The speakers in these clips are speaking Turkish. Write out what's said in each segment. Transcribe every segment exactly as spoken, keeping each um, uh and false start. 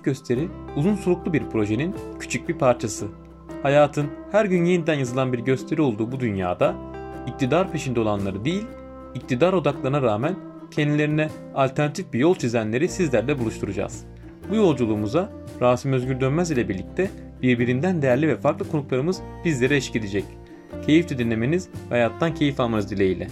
gösteri uzun soluklu bir projenin küçük bir parçası. Hayatın her gün yeniden yazılan bir gösteri olduğu bu dünyada iktidar peşinde olanları değil, iktidar odaklarına rağmen kendilerine alternatif bir yol çizenleri sizlerle buluşturacağız. Bu yolculuğumuza Rasim Özgür Dönmez ile birlikte birbirinden değerli ve farklı konuklarımız bizlere eşlik edecek. Keyifli dinlemeniz ve hayattan keyif almanız dileğiyle.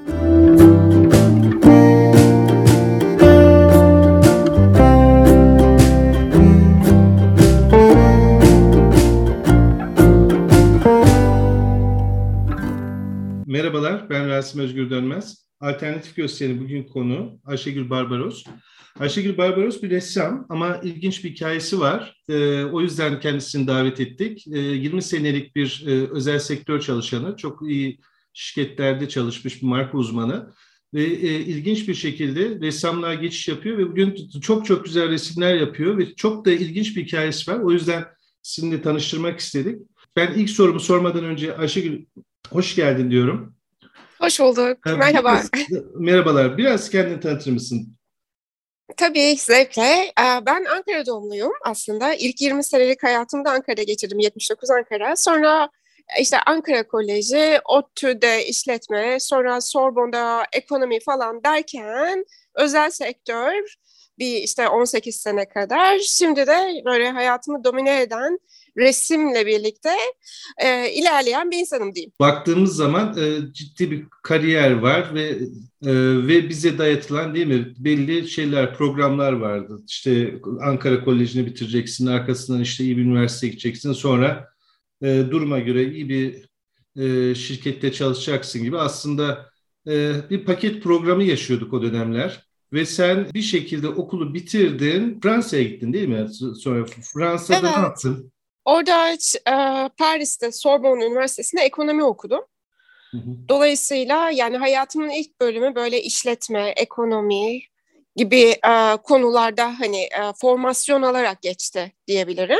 Merhabalar, ben Rasim Özgür Dönmez. Alternatif gösterinin bugün konu Ayşegül Barbaros. Ayşegül Barbaros bir ressam ama ilginç bir hikayesi var. Ee, o yüzden kendisini davet ettik. Ee, yirmi senelik bir e, özel sektör çalışanı, çok iyi şirketlerde çalışmış bir marka uzmanı. Ve e, ilginç bir şekilde ressamlığa geçiş yapıyor ve bugün çok çok güzel resimler yapıyor ve çok da ilginç bir hikayesi var. O yüzden sizinle tanıştırmak istedik. Ben ilk sorumu sormadan önce Ayşegül, hoş geldin diyorum. Hoş bulduk. Ee, Merhaba. Biraz, merhabalar. Biraz kendini tanıtır mısın? Tabii, zevkle. Ben Ankara doğumluyum aslında. İlk yirmi senelik hayatımı da Ankara'da geçirdim. yetmiş dokuz Ankara. Sonra işte Ankara Koleji, ODTÜ'de işletme, sonra Sorbonne'da ekonomi falan derken özel sektör bir işte on sekiz sene kadar. Şimdi de böyle hayatımı domine eden resimle birlikte e, ilerleyen bir insanım diyeyim. Baktığımız zaman e, ciddi bir kariyer var ve e, ve bize dayatılan değil mi belli şeyler, programlar vardı. İşte Ankara Koleji'ni bitireceksin, arkasından işte iyi bir üniversiteye gideceksin, sonra e, duruma göre iyi bir e, şirkette çalışacaksın gibi aslında e, bir paket programı yaşıyorduk o dönemler. Ve sen bir şekilde okulu bitirdin, Fransa'ya gittin değil mi? Sonra Fransa'da evet. ne yaptın? Orada e, Paris'te Sorbonne Üniversitesi'nde ekonomi okudum. Hı hı. Dolayısıyla yani hayatımın ilk bölümü böyle işletme, ekonomi gibi e, konularda hani e, formasyon alarak geçti diyebilirim.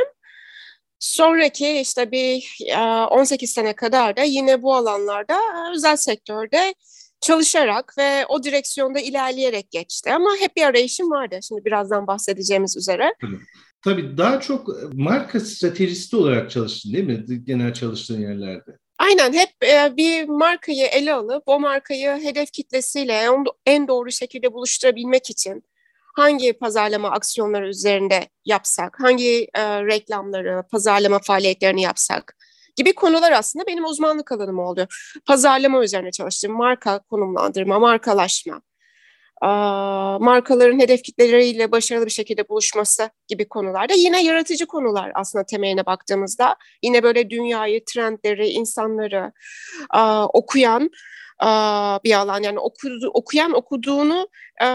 Sonraki işte bir e, on sekiz sene kadar da yine bu alanlarda e, özel sektörde çalışarak ve o direksiyonda ilerleyerek geçti. Ama hep bir arayışım vardı. Şimdi birazdan bahsedeceğimiz üzere. Tabii. Tabii daha çok marka stratejisti olarak çalıştın değil mi? Genel çalıştığın yerlerde. Aynen, hep e, bir markayı ele alıp o markayı hedef kitlesiyle en doğru şekilde buluşturabilmek için hangi pazarlama aksiyonları üzerinde yapsak, hangi e, reklamları, pazarlama faaliyetlerini yapsak gibi konular aslında benim uzmanlık alanım oldu. Pazarlama üzerine çalıştım, marka konumlandırma, markalaşma, e, markaların hedef kitleleriyle başarılı bir şekilde buluşması gibi konularda. Yine yaratıcı konular aslında temeline baktığımızda. Yine böyle dünyayı, trendleri, insanları e, okuyan e, bir alan. Yani okudu, okuyan okuduğunu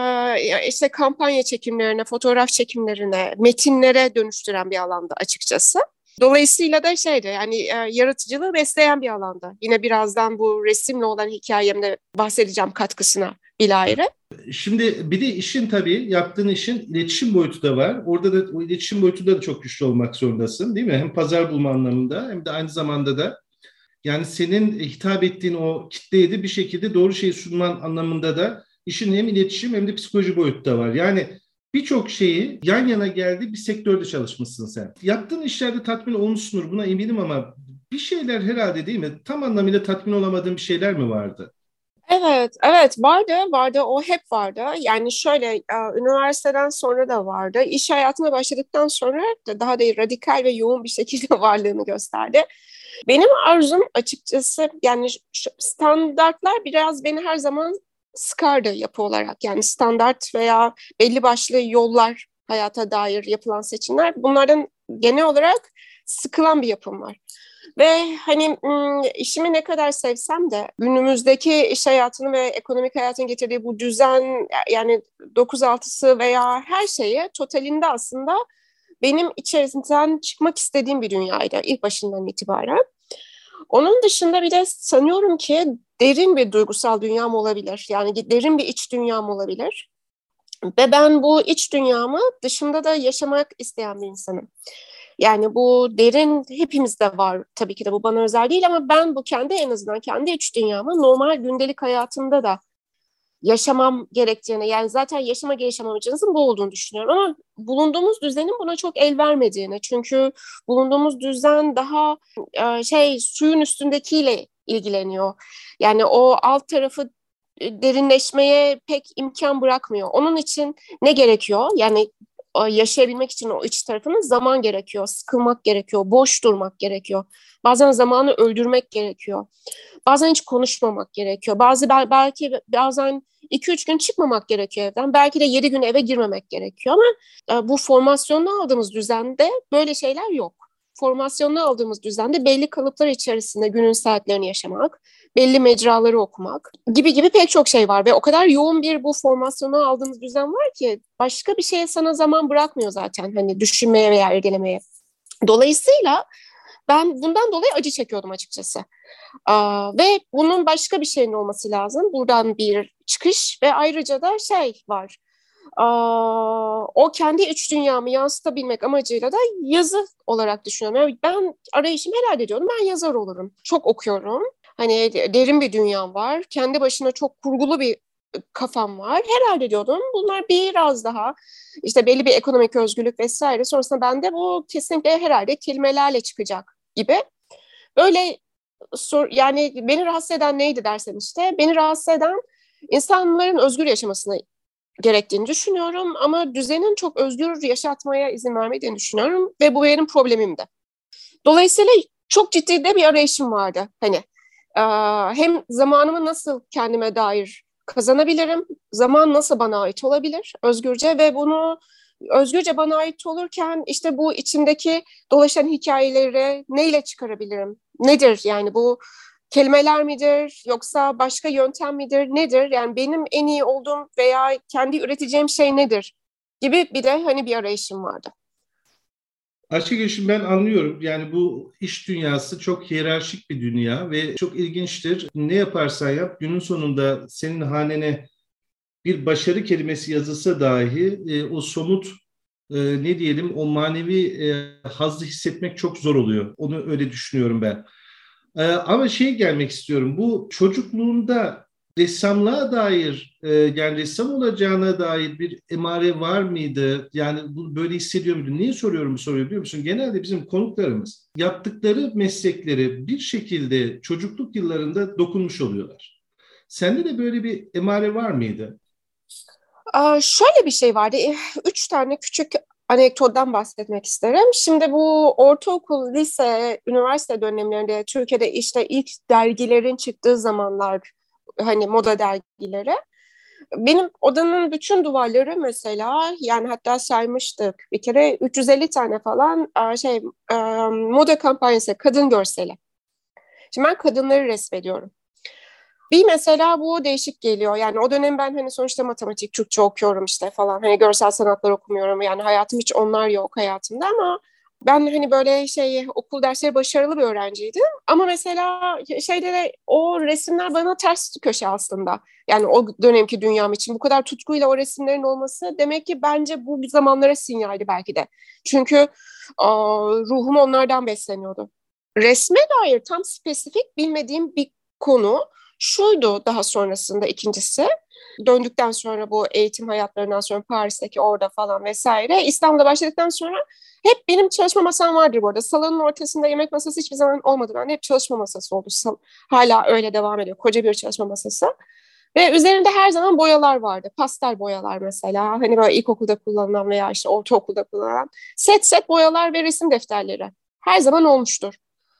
e, işte kampanya çekimlerine, fotoğraf çekimlerine, metinlere dönüştüren bir alanda açıkçası. Dolayısıyla da şeydi yani e, yaratıcılığı besleyen bir alanda. Yine birazdan bu resimle olan hikayemde bahsedeceğim katkısına bilahare. Şimdi bir de işin tabii yaptığın işin iletişim boyutu da var. Orada da o iletişim boyutunda da çok güçlü olmak zorundasın değil mi? Hem pazar bulma anlamında hem de aynı zamanda da yani senin hitap ettiğin o kitleye de bir şekilde doğru şeyi sunman anlamında da işin hem iletişim hem de psikoloji boyutu da var. Yani birçok şeyi yan yana geldiği bir sektörde çalışmışsın sen. Yaptığın işlerde tatmin olmuşsundur buna eminim ama bir şeyler herhalde değil mi? Tam anlamıyla tatmin olamadığın bir şeyler mi vardı? Evet, evet vardı, vardı. O hep vardı. Yani şöyle, e, üniversiteden sonra da vardı. İş hayatına başladıktan sonra da daha da radikal ve yoğun bir şekilde varlığını gösterdi. Benim arzum açıkçası yani şu standartlar biraz beni her zaman sıkardı yapı olarak. Yani standart veya belli başlı yollar, hayata dair yapılan seçimler, bunlardan genel olarak sıkılan bir yapım var. Ve hani işimi ne kadar sevsem de günümüzdeki iş hayatını ve ekonomik hayatın getirdiği bu düzen, yani dokuz altısı veya her şeyi totalinde aslında benim içerisinden çıkmak istediğim bir dünyaydı ilk başından itibaren. Onun dışında bir de sanıyorum ki derin bir duygusal dünyam olabilir. Yani derin bir iç dünyam olabilir. Ve ben bu iç dünyamı dışında da yaşamak isteyen bir insanım. Yani bu derin hepimizde var, tabii ki de bu bana özel değil ama ben bu kendi en azından kendi iç dünyamı normal gündelik hayatımda da yaşamam gerektiğini, yani zaten yaşama gelişim amacınızın bu olduğunu düşünüyorum ama bulunduğumuz düzenin buna çok el vermediğini, çünkü bulunduğumuz düzen daha e, şey suyun üstündekiyle ilgileniyor. Yani o alt tarafı e, derinleşmeye pek imkan bırakmıyor. Onun için ne gerekiyor? Yani e, yaşayabilmek için o iç tarafının zaman gerekiyor, sıkılmak gerekiyor, boş durmak gerekiyor. Bazen zamanı öldürmek gerekiyor. Bazen hiç konuşmamak gerekiyor. Bazı belki bazen iki üç gün çıkmamak gerekiyor evden. Belki de yedi gün eve girmemek gerekiyor ama e, bu formasyonunu aldığımız düzende böyle şeyler yok. Formasyonunu aldığımız düzende belli kalıplar içerisinde günün saatlerini yaşamak, belli mecraları okumak gibi gibi pek çok şey var ve o kadar yoğun bir bu formasyonu aldığımız düzen var ki başka bir şeye sana zaman bırakmıyor zaten, hani düşünmeye veya irdelemeye. Dolayısıyla ben bundan dolayı acı çekiyordum açıkçası. Aa, ve bunun başka bir şeyin olması lazım. Buradan bir çıkış ve ayrıca da şey var. Aa, o kendi iç dünyamı yansıtabilmek amacıyla da yazı olarak düşünüyorum. Yani ben arayışımı herhalde diyorum, ben yazar olurum. Çok okuyorum. Hani derin bir dünyam var. Kendi başına çok kurgulu bir kafam var. Herhalde diyordum bunlar biraz daha işte belli bir ekonomik özgürlük vesaire. Sonrasında bende bu kesinlikle herhalde kelimelerle çıkacak gibi. Böyle sor, yani beni rahatsız eden neydi dersen işte beni rahatsız eden insanların özgür yaşamasını gerektiğini düşünüyorum ama düzenin çok özgür yaşatmaya izin vermediğini düşünüyorum ve bu benim problemimdi. Dolayısıyla çok ciddi de bir arayışım vardı. Hani hem zamanımı nasıl kendime dair kazanabilirim, zaman nasıl bana ait olabilir özgürce ve bunu özgürce bana ait olurken işte bu içimdeki dolaşan hikayeleri neyle çıkarabilirim? Nedir yani bu kelimeler midir yoksa başka yöntem midir nedir? Yani benim en iyi olduğum veya kendi üreteceğim şey nedir gibi bir de hani bir arayışım vardı. Ayşegül, şimdi ben anlıyorum. Yani bu iş dünyası çok hiyerarşik bir dünya ve çok ilginçtir. Ne yaparsan yap günün sonunda senin hanene bir başarı kelimesi yazılsa dahi e, o somut e, ne diyelim o manevi e, hazzı hissetmek çok zor oluyor. Onu öyle düşünüyorum ben. E, ama şey gelmek istiyorum. Bu çocukluğunda ressamlığa dair e, yani ressam olacağına dair bir emare var mıydı? Yani bu böyle hissediyor muydun? Niye soruyorum bu soruyu biliyor musun? Genelde bizim konuklarımız yaptıkları meslekleri bir şekilde çocukluk yıllarında dokunmuş oluyorlar. Sende de böyle bir emare var mıydı? Aa, şöyle bir şey vardı. Üç tane küçük anekdottan bahsetmek isterim. Şimdi bu ortaokul, lise, üniversite dönemlerinde Türkiye'de işte ilk dergilerin çıktığı zamanlar, hani moda dergileri. Benim odanın bütün duvarları mesela, yani hatta saymıştık bir kere üç yüz elli tane falan şey moda kampanyası, kadın görseli. Şimdi ben kadınları resmediyorum. Bir mesela bu değişik geliyor. Yani o dönem ben hani sonuçta matematik, Türkçe okuyorum işte falan. Hani görsel sanatlar okumuyorum. Yani hayatım hiç onlar yok hayatımda ama ben hani böyle şey okul dersleri başarılı bir öğrenciydim. Ama mesela şeyde de o resimler bana ters köşe aslında. Yani o dönemki dünyam için bu kadar tutkuyla o resimlerin olması demek ki bence bu zamanlara sinyaldi belki de. Çünkü aa, ruhum onlardan besleniyordu. Resme dair tam spesifik bilmediğim bir konu şuydu daha sonrasında ikincisi. Döndükten sonra bu eğitim hayatlarından sonra Paris'teki orada falan vesaire. İstanbul'da başladıktan sonra hep benim çalışma masam vardır bu arada. Salonun ortasında yemek masası hiçbir zaman olmadı. Ben hep çalışma masası oldu. Hala öyle devam ediyor. Koca bir çalışma masası. Ve üzerinde her zaman boyalar vardı. Pastel boyalar mesela. Hani böyle ilkokulda kullanılan veya işte ortaokulda kullanılan set set boyalar ve resim defterleri. Her zaman olmuştur.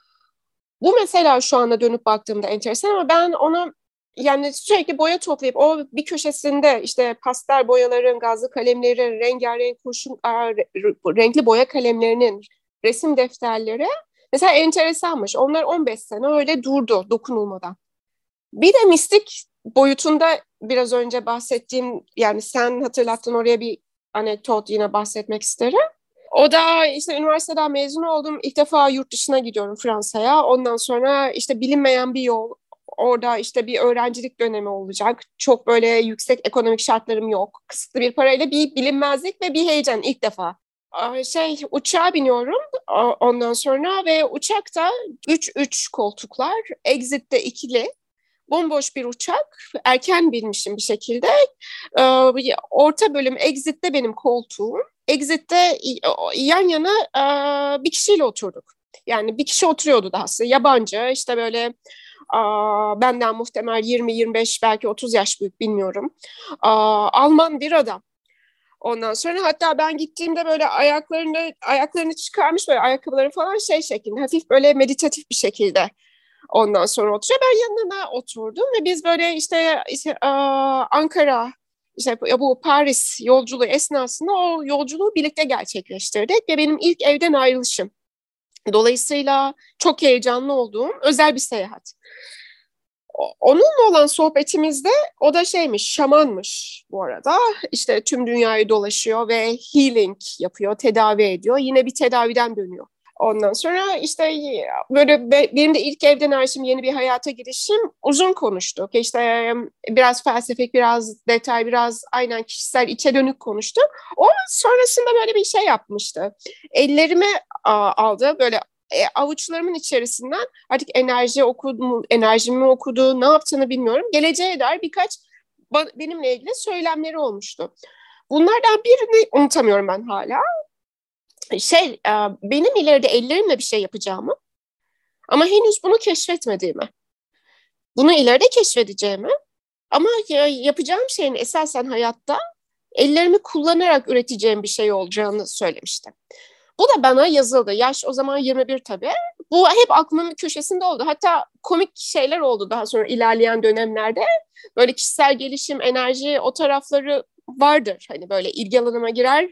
Bu mesela şu anda dönüp baktığımda enteresan ama ben onu yani sürekli boya toplayıp o bir köşesinde işte pastel boyaların, gazlı kalemlerin, rengarenk kurşun, renkli boya kalemlerinin resim defterleri mesela enteresanmış. Onlar on beş sene öyle durdu dokunulmadan. Bir de mistik boyutunda biraz önce bahsettiğim, yani sen hatırlattın, oraya bir anekdot yine bahsetmek isterim. O da işte üniversiteden mezun oldum. İlk defa yurt dışına gidiyorum, Fransa'ya. Ondan sonra işte bilinmeyen bir yol. Orada işte bir öğrencilik dönemi olacak. Çok böyle yüksek ekonomik şartlarım yok. Kısıtlı bir parayla bir bilinmezlik ve bir heyecan ilk defa. Şey uçağa biniyorum ondan sonra ve uçakta üç üç koltuklar, exit'te ikili. bomboş bir uçak. Erken binmişim bir şekilde. Ee, orta bölüm Exit'te benim koltuğum. Exit'te yan yana e, bir kişiyle oturduk. Yani bir kişi oturuyordu dahası. Yabancı, işte böyle aa, benden muhtemel yirmi yirmi beş belki otuz yaş büyük, bilmiyorum. Aa, Alman bir adam. Ondan sonra hatta ben gittiğimde böyle ayaklarını ayaklarını çıkarmış, böyle ayakkabıları falan şey şeklinde, hafif böyle meditatif bir şekilde ondan sonra oturuyor. Ben yanına oturdum ve biz böyle işte, işte aa, Ankara, işte bu Paris yolculuğu esnasında o yolculuğu birlikte gerçekleştirdik ve benim ilk evden ayrılışım. Dolayısıyla çok heyecanlı olduğum özel bir seyahat. Onunla olan sohbetimizde o da şeymiş, şamanmış bu arada. İşte tüm dünyayı dolaşıyor ve healing yapıyor, tedavi ediyor. Yine bir tedaviden dönüyor. Ondan sonra işte böyle benim de ilk evden ayrışım, yeni bir hayata girişim, uzun konuştuk. İşte biraz felsefik, biraz detay, biraz aynen kişisel, içe dönük konuştuk. O sonrasında böyle bir şey yapmıştı. Ellerime aldı, böyle e, avuçlarımın içerisinden artık enerji okudu mu, enerjimi okudu, ne yaptığını bilmiyorum. Geleceğe dair birkaç benimle ilgili söylemleri olmuştu. Bunlardan birini unutamıyorum ben hala. Şey, benim ileride ellerimle bir şey yapacağımı ama henüz bunu keşfetmediğimi, bunu ileride keşfedeceğimi ama yapacağım şeyin esasen hayatta ellerimi kullanarak üreteceğim bir şey olacağını söylemişti. Bu da bana yazıldı. Yaş o zaman yirmi bir tabii. Bu hep aklımın köşesinde oldu. Hatta komik şeyler oldu daha sonra ilerleyen dönemlerde. Böyle kişisel gelişim, enerji, o tarafları vardır. Hani böyle ilgi alanıma girer.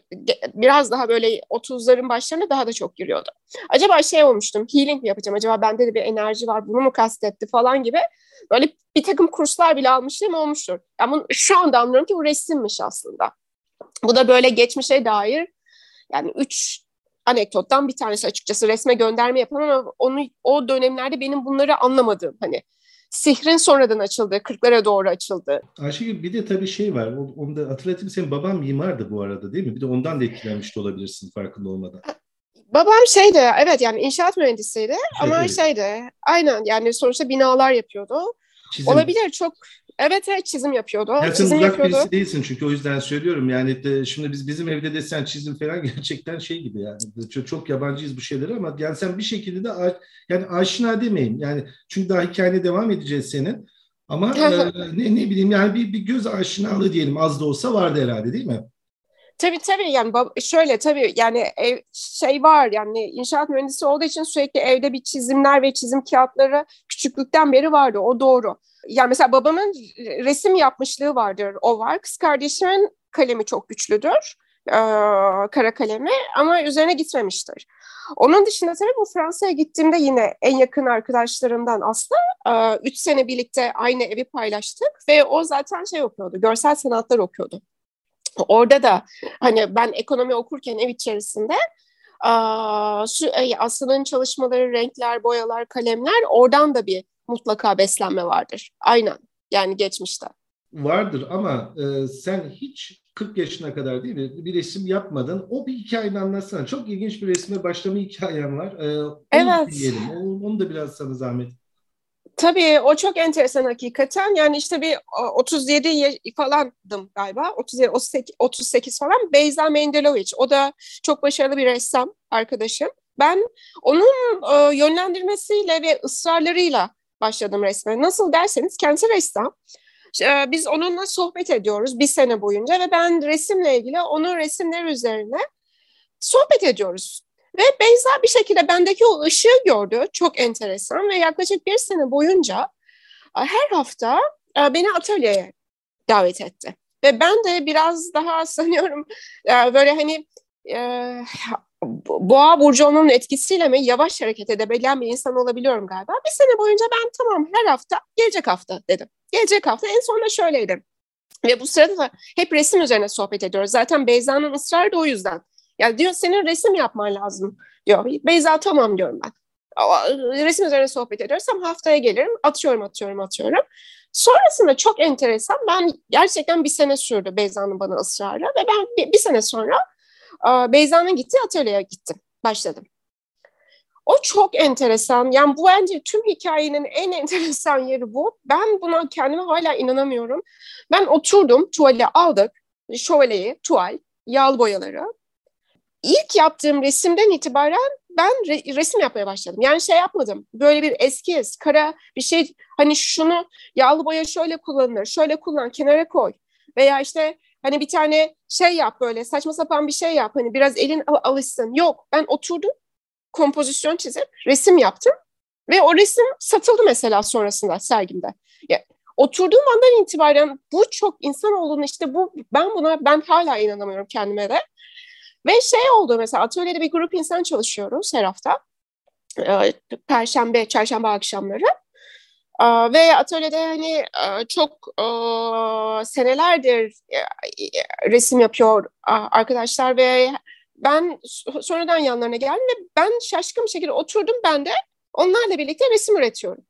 Biraz daha böyle otuzların başlarında daha da çok giriyordu. Acaba şey olmuştum, healing mi yapacağım? Acaba bende de bir enerji var, bunu mu kastetti falan gibi. Böyle bir takım kurslar bile almıştım, olmuştur. Ama şu anda anlıyorum ki bu resimmiş aslında. Bu da böyle geçmişe dair, yani üç anekdottan bir tanesi açıkçası, resme gönderme yapan ama onu, o dönemlerde benim bunları anlamadığım, hani sihrin sonradan açıldığı, kırklara doğru açıldı. Ayşegül, bir de tabii şey var, onu da hatırlatayım, senin baban mimardı bu arada değil mi? Bir de ondan da etkilenmiş de olabilirsin farkında olmadan. Babam şeydi, evet, yani inşaat mühendisiydi Evet, ama evet. şeydi, aynen, yani sonuçta binalar yapıyordu. Çizim. Olabilir, çok, evet evet, çizim yapıyordu. Ya sen çizim uzak yapıyordu. birisi değilsin çünkü, o yüzden söylüyorum yani de, şimdi biz bizim evde de sen çizim falan gerçekten şey gibi yani, çok, çok yabancıyız bu şeylere ama yani sen bir şekilde de yani aşina demeyeyim yani, çünkü daha hikayene devam edeceğiz senin ama e, ne, ne bileyim yani bir, bir göz aşinalığı diyelim, az da olsa vardı herhalde değil mi? Tabii tabii, yani şöyle, tabii yani ev, şey var, yani inşaat mühendisi olduğu için sürekli evde bir çizimler ve çizim kağıtları küçüklükten beri vardı, o doğru. Yani mesela babamın resim yapmışlığı vardır, o var. Kız kardeşimin kalemi çok güçlüdür, ee, kara kalemi, ama üzerine gitmemiştir. Onun dışında tabii bu Fransa'ya gittiğimde yine en yakın arkadaşlarımdan Aslı, e, üç sene birlikte aynı evi paylaştık ve o zaten şey okuyordu, görsel sanatlar okuyordu. Orada da hani ben ekonomi okurken ev içerisinde Aslı'nın çalışmaları, renkler, boyalar, kalemler, oradan da bir mutlaka beslenme vardır. Aynen, yani geçmişte. Vardır ama e, sen hiç kırk yaşına kadar değil mi bir resim yapmadın. O bir hikayeni anlatsana. Çok ilginç bir resme başlama hikayen var. E, onu Evet. dinleyelim. Onu, onu da biraz sana zahmet. Tabii o çok enteresan hakikaten. Yani işte bir otuz yedi falandım galiba. otuz yedi, otuz sekiz, otuz sekiz falan. Beyza Mendelovic. O da çok başarılı bir ressam arkadaşım. Ben onun e, yönlendirmesiyle ve ısrarlarıyla başladım resme. Nasıl derseniz, kendisi ressam. E, biz onunla sohbet ediyoruz bir sene boyunca ve ben resimle ilgili onun resimleri üzerine sohbet ediyoruz. Ve Beyza bir şekilde bendeki o ışığı gördü. Çok enteresan ve yaklaşık bir sene boyunca her hafta beni atölyeye davet etti. Ve ben de biraz daha sanıyorum böyle hani Boğa burcu olmanın etkisiyle mi yavaş hareket edebilen bir insan olabiliyorum galiba. Bir sene boyunca ben tamam, her hafta, gelecek hafta dedim. Gelecek hafta, en sonunda şöyleydi. Ve bu sırada da hep resim üzerine sohbet ediyoruz. Zaten Beyza'nın ısrarı da o yüzden. Ya diyor, senin resim yapman lazım diyor. Beyza tamam diyorum ben. Resim üzerine sohbet ediyorsam haftaya gelirim. Atıyorum atıyorum atıyorum. Sonrasında çok enteresan, ben gerçekten bir sene sürdü Beyza'nın bana ısrarı. Ve ben bir, bir sene sonra Beyza'nın gittiği atölyeye gittim. Başladım. O çok enteresan. Yani bu bence tüm hikayenin en enteresan yeri bu. Ben buna kendime hala inanamıyorum. Ben oturdum, tuvali aldık, şövalyeyi, tuval, yağlı boyaları. İlk yaptığım resimden itibaren ben re- resim yapmaya başladım. Yani şey yapmadım. Böyle bir eskiz, kara bir şey, hani şunu yağlı boya şöyle kullanılır, şöyle kullan, kenara koy. Veya işte hani bir tane şey yap, böyle saçma sapan bir şey yap. Hani biraz elin al- alışsın. Yok, ben oturdum, kompozisyon çizip resim yaptım. Ve o resim satıldı mesela sonrasında sergimde. Ya, oturduğum andan itibaren bu çok insanoğlunun işte bu, ben buna ben hala inanamıyorum kendime de. Ve şey oldu, mesela atölyede bir grup insan çalışıyoruz her hafta. Ee, Perşembe, çarşamba akşamları. Ee, ve atölyede hani e, çok e, senelerdir e, e, resim yapıyor e, arkadaşlar ve ben sonradan yanlarına geldim ve ben şaşkın bir şekilde oturdum, ben de onlarla birlikte resim üretiyorum.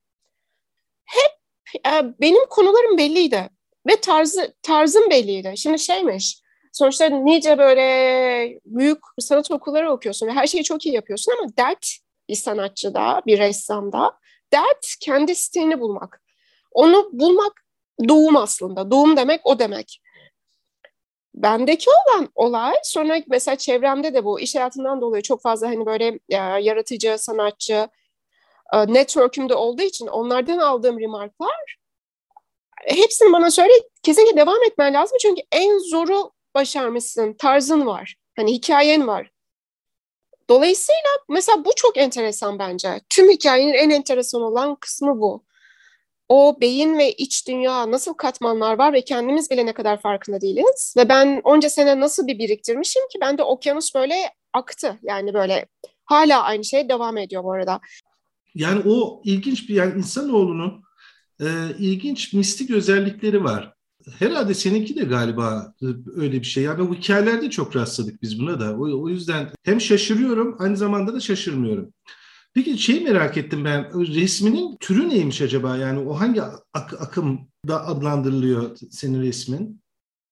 Hep e, benim konularım belliydi ve tarzı tarzım belliydi. Şimdi şeymiş, sonuçta nice böyle büyük sanat okulları okuyorsun ve her şeyi çok iyi yapıyorsun ama dert bir sanatçıda, bir ressamda dert kendi stilini bulmak. Onu bulmak doğum aslında. Doğum demek o demek. Bendeki olan olay, sonra mesela çevremde de bu iş hayatından dolayı çok fazla hani böyle e, yaratıcı, sanatçı e, network'ümde olduğu için onlardan aldığım remarklar hepsini bana söyle, kesinlikle devam etmen lazım çünkü en zoru başarmışsın, tarzın var, hani hikayen var. Dolayısıyla mesela bu çok enteresan bence. Tüm hikayenin en enteresan olan kısmı bu. O beyin ve iç dünya nasıl katmanlar var ve kendimiz bile ne kadar farkında değiliz. Ve ben onca sene nasıl bir biriktirmişim ki ben de okyanus böyle aktı. Yani böyle hala aynı şey devam ediyor bu arada. Yani o ilginç bir, yani insanoğlunun e, ilginç mistik özellikleri var. Herhalde seninki de galiba e, öyle bir şey. Yani bu hikayelerde çok rastladık biz buna da. O, o yüzden hem şaşırıyorum, aynı zamanda da şaşırmıyorum. Peki şeyi merak ettim ben. Resminin türü neymiş acaba? Yani o hangi ak- akımda adlandırılıyor senin resmin?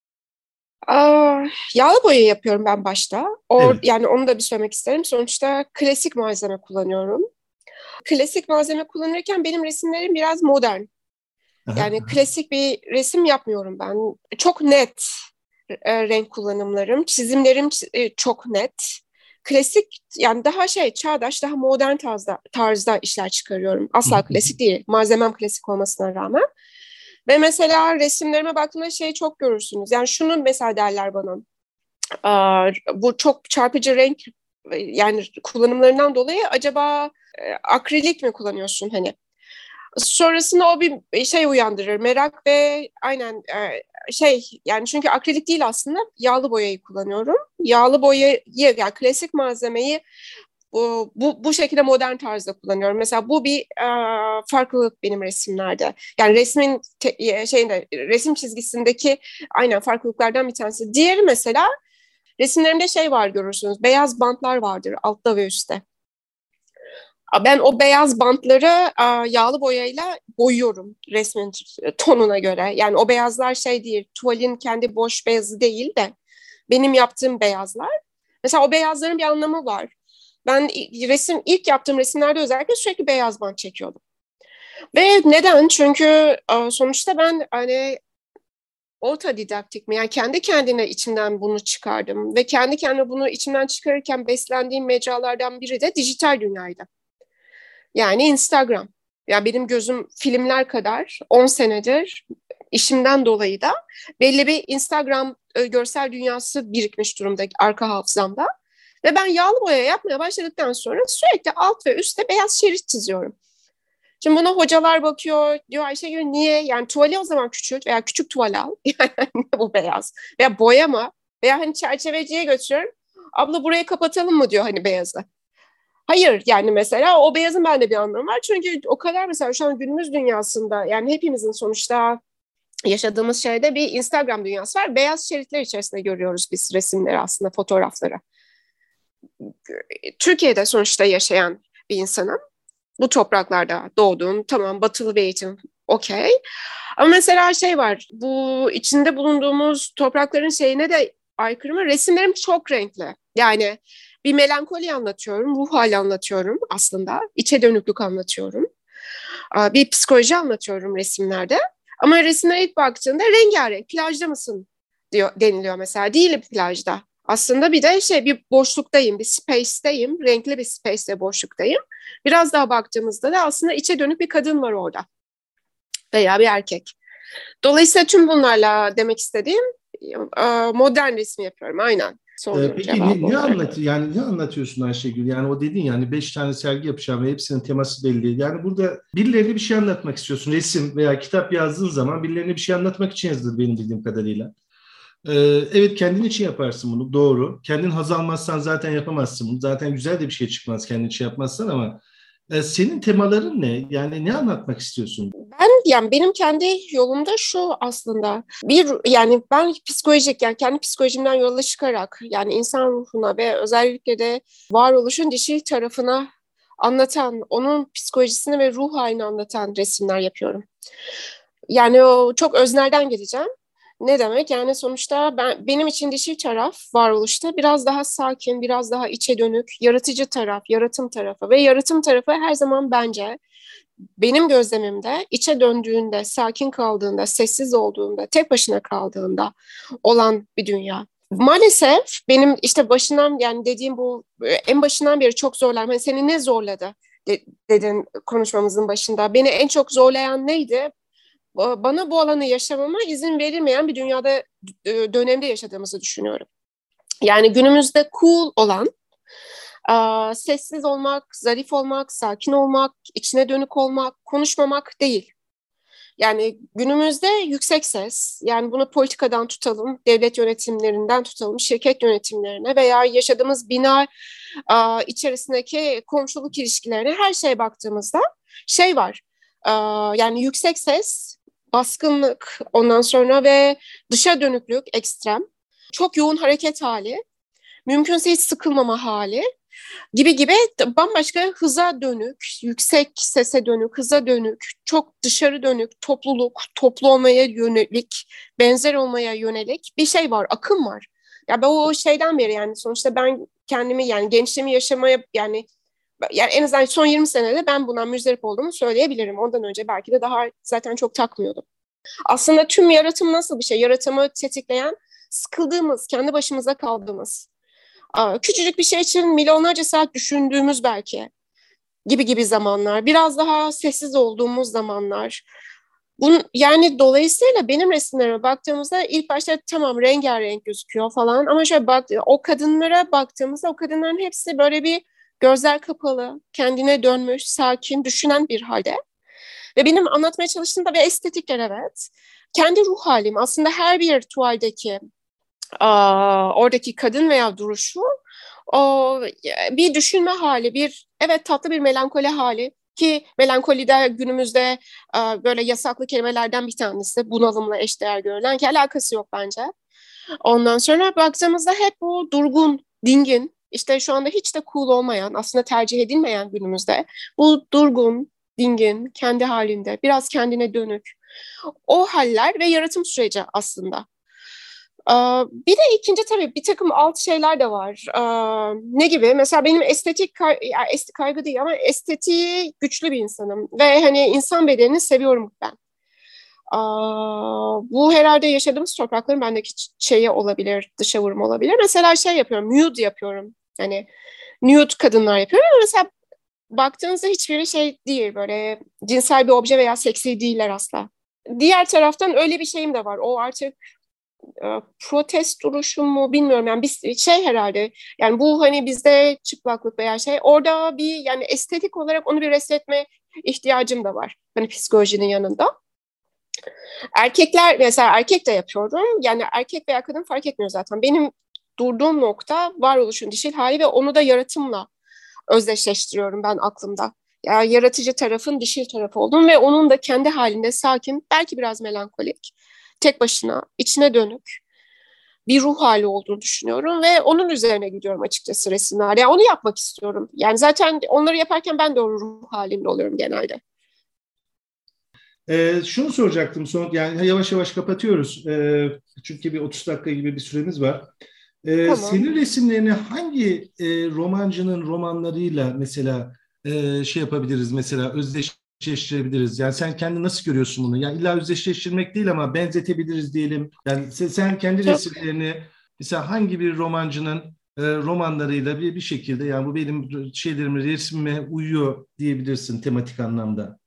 Aa, yağlı boya yapıyorum ben başta. O, Evet. yani onu da bir söylemek isterim. Sonuçta klasik malzeme kullanıyorum. Klasik malzeme kullanırken benim resimlerim biraz modern. Aha. Yani klasik bir resim yapmıyorum ben. Çok net e, renk kullanımlarım, çizimlerim e, çok net. Klasik, yani daha şey, çağdaş, daha modern tarzda tarzda işler çıkarıyorum. Asla klasik değil. Malzemem klasik olmasına rağmen. Ve mesela resimlerime baktığımda şey çok görürsünüz. Yani şunu mesela derler bana. Aa, bu çok çarpıcı renk yani kullanımlarından dolayı acaba e, akrilik mi kullanıyorsun hani? Sonrasında o bir şey uyandırır, merak ve aynen e, şey, yani çünkü akrilik değil aslında, yağlı boyayı kullanıyorum. Yağlı boyayı, yani klasik malzemeyi bu, bu, bu şekilde modern tarzda kullanıyorum. Mesela bu bir e, farklılık benim resimlerde. Yani resmin te, e, şeyinde, resim çizgisindeki aynen farklılıklardan bir tanesi. Diğeri mesela resimlerimde şey var, görürsünüz. Beyaz bantlar vardır altta ve üstte. Ben o beyaz bantları yağlı boyayla boyuyorum resmin tonuna göre. Yani o beyazlar şey değil, tuvalin kendi boş beyazı değil de benim yaptığım beyazlar. Mesela o beyazların bir anlamı var. Ben resim ilk yaptığım resimlerde özellikle sürekli beyaz bant çekiyordum. Ve neden? Çünkü sonuçta ben hani otodidaktik mi? Yani kendi kendine içimden bunu çıkardım. Ve kendi kendime bunu içimden çıkarırken beslendiğim mecralardan biri de dijital dünyaydı. Yani Instagram. Ya benim gözüm filmler kadar on senedir işimden dolayı da belli bir Instagram e, görsel dünyası birikmiş durumda arka hafızamda. Ve ben yağlı boya yapmaya başladıktan sonra sürekli alt ve üstte beyaz şerit çiziyorum. Şimdi buna hocalar bakıyor, diyor Ayşegül niye? Yani tuvali o zaman küçült veya küçük tuval al. Yani bu beyaz. Veya boyama. Veya hani çerçeveciye götürüyorum. Abla burayı kapatalım mı diyor hani beyazı. Hayır, yani mesela o beyazın bende bir anlamı var. Çünkü o kadar mesela şu an günümüz dünyasında yani hepimizin sonuçta yaşadığımız şeyde bir Instagram dünyası var. Beyaz şeritler içerisinde görüyoruz biz resimleri, aslında fotoğrafları. Türkiye'de sonuçta yaşayan bir insanım. Bu topraklarda doğdum. Tamam, batılı bir eğitim okey. Ama mesela şey var, bu içinde bulunduğumuz toprakların şeyine de aykırı mı? Resimlerim çok renkli. Yani Bir melankoli anlatıyorum, ruh hali anlatıyorum aslında. İçe dönüklük anlatıyorum. Bir psikoloji anlatıyorum resimlerde. Ama resimlere ilk baktığında rengarenk, plajda mısın diyor, deniliyor mesela. Değilim plajda. Aslında bir de şey bir boşluktayım, bir space'teyim. Renkli bir space ve boşluktayım. Biraz daha baktığımızda da aslında içe dönük bir kadın var orada. Veya bir erkek. Dolayısıyla tüm bunlarla demek istediğim modern resim yapıyorum. Aynen. Ee, peki ne, ne anlat yani ne anlatıyorsun Ayşegül? Yani o dedin yani beş tane sergi yapacağım ve hepsinin teması belli. Yani burada birilerine bir şey anlatmak istiyorsun. Resim veya kitap yazdığın zaman birilerine bir şey anlatmak için yazılır benim bildiğim kadarıyla. Ee, evet kendin için yaparsın bunu doğru. Kendin haz almazsan zaten yapamazsın bunu. Zaten güzel de bir şey çıkmaz kendin için yapmazsan ama e, senin temaların ne? Yani ne anlatmak istiyorsun? Ben yani benim kendi yolumda şu aslında bir yani ben psikolojik yani kendi psikolojimden yola çıkarak yani insan ruhuna ve özellikle de varoluşun dişil tarafına anlatan, onun psikolojisini ve ruh halini anlatan resimler yapıyorum. Yani o çok öznelden gideceğim. Ne demek? Yani sonuçta ben benim için dişil taraf varoluşta biraz daha sakin, biraz daha içe dönük, yaratıcı taraf, yaratım tarafı ve yaratım tarafı her zaman bence benim gözlemimde içe döndüğünde, sakin kaldığında, sessiz olduğunda, tek başına kaldığında olan bir dünya. Maalesef benim işte başından yani dediğim bu en başından beri çok zorlar. Hani seni ne zorladı de, dedin konuşmamızın başında. Beni en çok zorlayan neydi? Bana bu alanı yaşamama izin verilmeyen bir dünyada dönemde yaşadığımızı düşünüyorum. Yani günümüzde cool olan, sessiz olmak, zarif olmak, sakin olmak, içine dönük olmak, konuşmamak değil. Yani günümüzde yüksek ses, yani bunu politikadan tutalım, devlet yönetimlerinden tutalım, şirket yönetimlerine veya yaşadığımız bina içerisindeki komşuluk ilişkilerine her şeye baktığımızda şey var. Yani yüksek ses, baskınlık, ondan sonra ve dışa dönüklük ekstrem, çok yoğun hareket hali, mümkünse hiç sıkılmama hali gibi gibi bambaşka hıza dönük, yüksek sese dönük, hıza dönük, çok dışarı dönük, topluluk, toplu olmaya yönelik, benzer olmaya yönelik bir şey var, akım var. Ya ben o şeyden beri yani sonuçta ben kendimi yani gençliğimi yaşamaya yani yani en azından son yirmi senede ben bundan müzdarip olduğumu söyleyebilirim. Ondan önce belki de daha zaten çok takmıyordum. Aslında tüm yaratım nasıl bir şey? Yaratımı tetikleyen sıkıldığımız, kendi başımıza kaldığımız, küçücük bir şey için milyonlarca saat düşündüğümüz belki gibi gibi zamanlar, biraz daha sessiz olduğumuz zamanlar. Bunun, yani dolayısıyla benim resimlerime baktığımızda ilk başta tamam rengarenk gözüküyor falan ama şöyle bak, o kadınlara baktığımızda o kadınların hepsi böyle bir gözler kapalı, kendine dönmüş, sakin, düşünen bir halde. Ve benim anlatmaya çalıştığım da bir estetikler evet. Kendi ruh halim aslında her bir tuvaldeki aa, oradaki kadın veya duruşu o bir düşünme hali, bir evet tatlı bir melankoli hali ki melankoli de günümüzde aa, böyle yasaklı kelimelerden bir tanesi bunalımla eşdeğer görülen ki alakası yok bence. Ondan sonra baktığımızda hep bu durgun, dingin, işte şu anda hiç de cool olmayan, aslında tercih edilmeyen günümüzde bu durgun, dingin, kendi halinde, biraz kendine dönük o haller ve yaratım süreci aslında. Bir de ikinci tabii bir takım alt şeyler de var. Ne gibi? Mesela benim estetik, yani estetik kaygı değil ama estetiği güçlü bir insanım. Ve hani insan bedenini seviyorum ben. Bu herhalde yaşadığımız toprakların bendeki şeyi olabilir, dışa vurum olabilir. Mesela şey yapıyorum, nude yapıyorum. Hani nude kadınlar yapıyorum ama mesela baktığınızda hiçbiri şey değil, böyle cinsel bir obje veya seksi değiller asla. Diğer taraftan öyle bir şeyim de var. O artık protest duruşum mu bilmiyorum yani bir şey herhalde yani bu hani bizde çıplaklık veya şey orada bir yani estetik olarak onu bir resmetme ihtiyacım da var hani psikolojinin yanında. Erkekler mesela erkek de yapıyorum yani erkek veya kadın fark etmiyor zaten benim durduğum nokta varoluşun dişil hali ve onu da yaratımla özdeşleştiriyorum ben aklımda. Yani yaratıcı tarafın dişil tarafı oldum ve onun da kendi halinde sakin belki biraz melankolik tek başına içine dönük bir ruh hali olduğunu düşünüyorum ve onun üzerine gidiyorum açıkçası resimlerde. Yani onu yapmak istiyorum. Yani zaten onları yaparken ben de o ruh halinde oluyorum genelde. Ee, şunu soracaktım son yani yavaş yavaş kapatıyoruz. Ee, çünkü bir otuz dakika gibi bir süremiz var. Ee, Tamam. senin resimlerini hangi e, romancının romanlarıyla mesela e, şey yapabiliriz, mesela özdeşleştirebiliriz? Yani sen kendi nasıl görüyorsun bunu? Yani illa özdeşleştirmek değil ama benzetebiliriz diyelim. Yani sen, sen kendi Çok resimlerini mesela hangi bir romancının e, romanlarıyla bir bir şekilde, yani bu benim şeylerime, resmime uyuyor diyebilirsin tematik anlamda.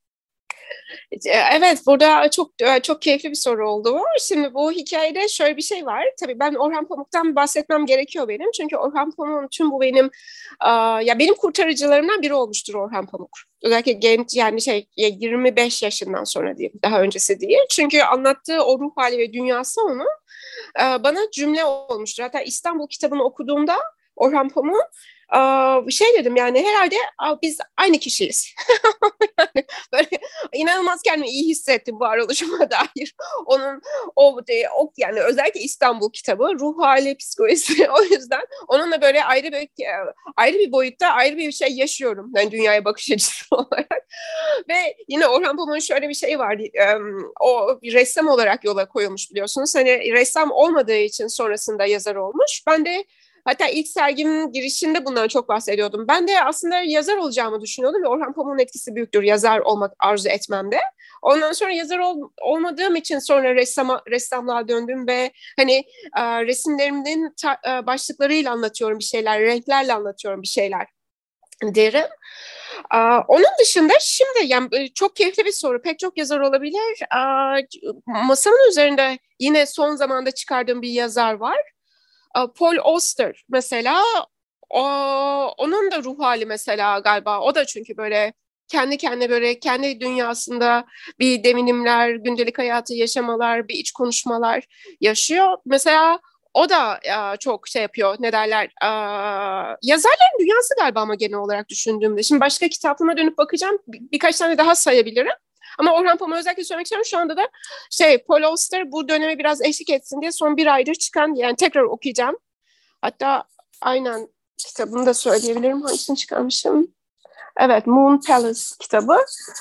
Evet, burada çok çok keyifli bir soru oldu. Şimdi bu hikayede şöyle bir şey var. Tabii ben Orhan Pamuk'tan bahsetmem gerekiyor benim. Çünkü Orhan Pamuk'un tüm bu benim ya benim kurtarıcılarımdan biri olmuştur Orhan Pamuk. Özellikle genç, yani şey yirmi beş yaşından sonra diyeyim, daha öncesi değil. Çünkü anlattığı o ruh hali ve dünyası onu bana cümle olmuştur. Hatta İstanbul kitabını okuduğumda Orhan Pamuk şey dedim, yani herhalde biz aynı kişiyiz. Yani böyle inanılmaz kendimi iyi hissettim varoluşuma dair. Onun o, o yani özellikle İstanbul kitabı ruh hali, psikolojisi, o yüzden onunla böyle ayrı bir ayrı bir boyutta ayrı bir şey yaşıyorum. Yani dünyaya bakış açısı olarak. Ve yine Orhan Pamuk'un şöyle bir şey var. O bir ressam olarak yola koyulmuş, biliyorsunuz. Hani ressam olmadığı için sonrasında yazar olmuş. Ben de hatta ilk sergimin girişinde bundan çok bahsediyordum. Ben de aslında yazar olacağımı düşünüyordum ve Orhan Pamuk'un etkisi büyüktür yazar olmak arzu etmemde. Ondan sonra yazar ol, olmadığım için sonra ressama, ressamlığa döndüm ve hani e, resimlerimin ta, e, başlıklarıyla anlatıyorum bir şeyler, renklerle anlatıyorum bir şeyler derim. E, onun dışında şimdi yani çok keyifli bir soru. Pek çok yazar olabilir. E, masamın üzerinde yine son zamanda çıkardığım bir yazar var. Paul Auster mesela, o, onun da ruh hali mesela galiba, o da çünkü böyle kendi kendine böyle kendi dünyasında bir devinimler, gündelik hayatı yaşamalar, bir iç konuşmalar yaşıyor. Mesela o da e, çok şey yapıyor, ne derler, e, yazarların dünyası galiba ama genel olarak düşündüğümde. Şimdi başka kitaplarıma dönüp bakacağım, bir, birkaç tane daha sayabilirim. Ama Orhan Pamuk'u özellikle söylemek istiyorum. Şu anda da şey Paul Auster bu döneme biraz eşlik etsin diye son bir aydır çıkan, yani tekrar okuyacağım. Hatta aynen kitabını da söyleyebilirim. Hangisini çıkarmışım? Evet, Moon Palace kitabı.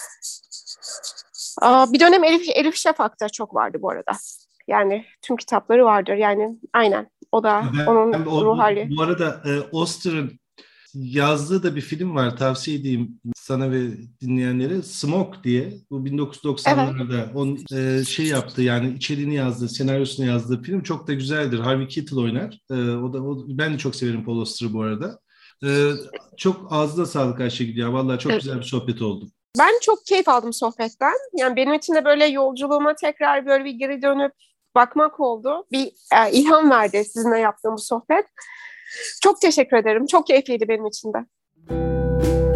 Aa, bir dönem Elif, Elif Şafak'ta çok vardı bu arada. Yani tüm kitapları vardır. Yani aynen. O da onun Ben, o, ruh bu, hali. bu arada e, Auster'ın yazdığı da bir film var, tavsiye edeyim sana ve dinleyenlere, Smoke diye. Bu Evet. bin dokuz yüz doksanlarda onun e, şey yaptı, yani içeriğini yazdığı, senaryosunu yazdığı film çok da güzeldir. Harvey Keitel oynar. E, o da o, ben de çok severim Paul Auster'ı bu arada. E, çok ağzına sağlık Ayşegül ya. Vallahi çok güzel bir sohbet oldu. Ben çok keyif aldım sohbetten. Yani benim için de böyle yolculuğuma tekrar böyle bir geri dönüp bakmak oldu. Bir e, ilham verdi sizinle yaptığım bu sohbet. Çok teşekkür ederim. Çok keyifliydi benim için de.